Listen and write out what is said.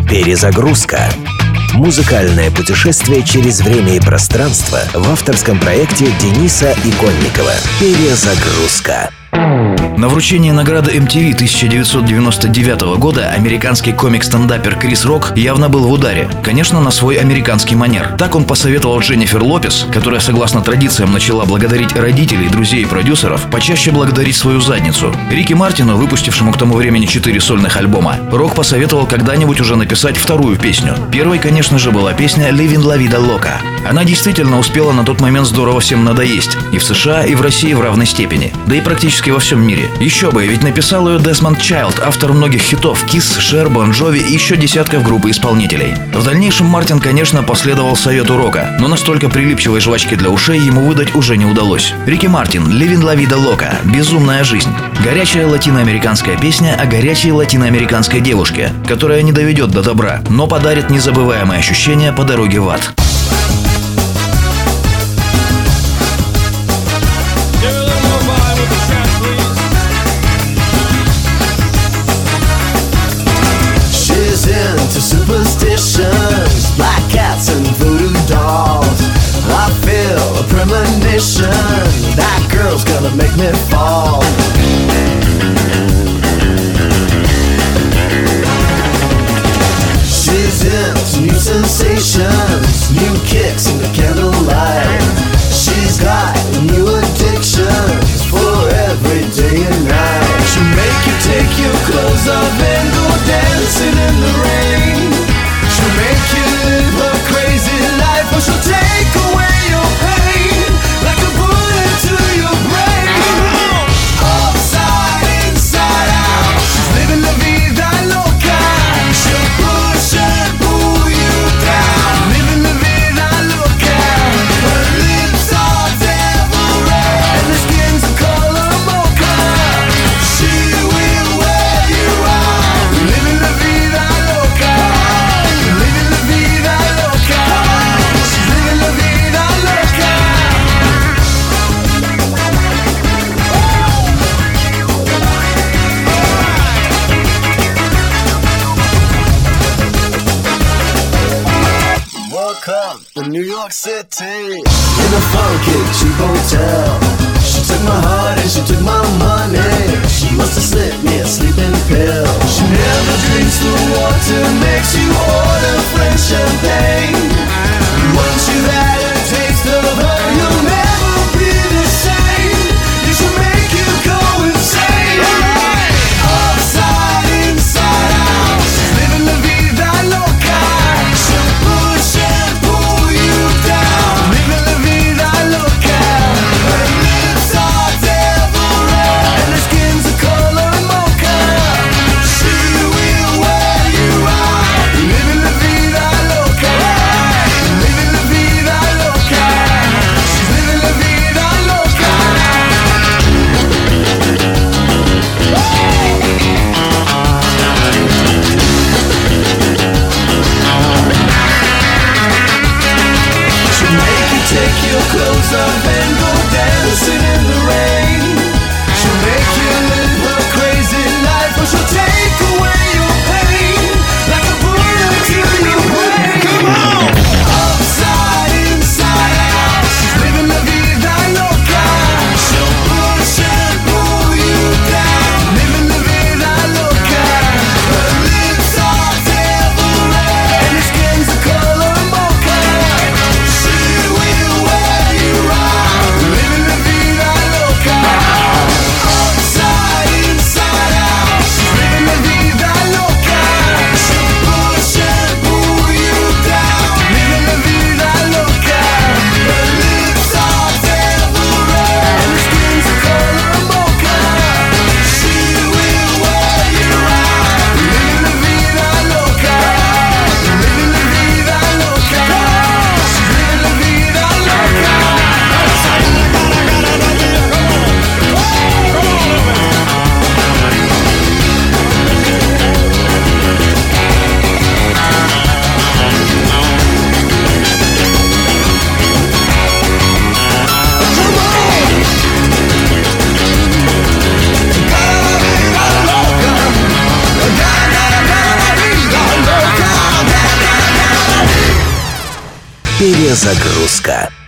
Перезагрузка. Музыкальное путешествие через время и пространство в авторском проекте Дениса Иконникова. Перезагрузка. На вручении награды MTV 1999 года американский комик-стендапер Крис Рок явно был в ударе. Конечно, на свой американский манер. Так он посоветовал Дженнифер Лопес, которая, согласно традициям, начала благодарить родителей, друзей и продюсеров, почаще благодарить свою задницу. Рики Мартину, выпустившему к тому времени 4 сольных альбома, Рок посоветовал когда-нибудь уже написать вторую песню. Первой, конечно же, была песня «Living La Vida Loca». Она действительно успела на тот момент здорово всем надоесть. И в США, и в России в равной степени. Да и практически во всем мире. Еще бы, ведь написал ее Десмонд Чайлд, автор многих хитов Kiss, Cher, Bon Jovi и еще десятков групп исполнителей. В дальнейшем Мартин, конечно, последовал совету Рока, но настолько прилипчивой жвачки для ушей ему выдать уже не удалось. Рики Мартин, «Living La Vida Loca», «Безумная жизнь». Горячая латиноамериканская песня о горячей латиноамериканской девушке, которая не доведет до добра, но подарит незабываемые ощущения по дороге в ад. Into superstitions, black cats and voodoo dolls. I feel a premonition, that girl's gonna make me fall. She's into new sensations, new kicks in the candlelight. She's got new addictions for every day and night. She'll make you take your clothes off and go dancing in the rain. She'll make you live her crazy life, or she'll take away your pain like a bullet to your brain. Upside, inside out, she's living la vida loca. She'll push and pull you down, living la vida loca. Her lips are devil red and her skin's a color mocha. She will wear you out, living la vida loca, living la vida loca. She's living la vida loca. Woke up in New York City in a funky cheap hotel. She took my heart and she took my money. She must have slipped me a sleeping pill. She never drinks the water, makes you order French champagne. Once you've had a taste of her, you'll never be the same. It should make you go insane. Upside, inside out, she's living la vida loca. She'll push and pull you down, living la vida loca. Her lips are devil red and her skin's a color mocha. She will wear you out, living la vida loca. Перезагрузка.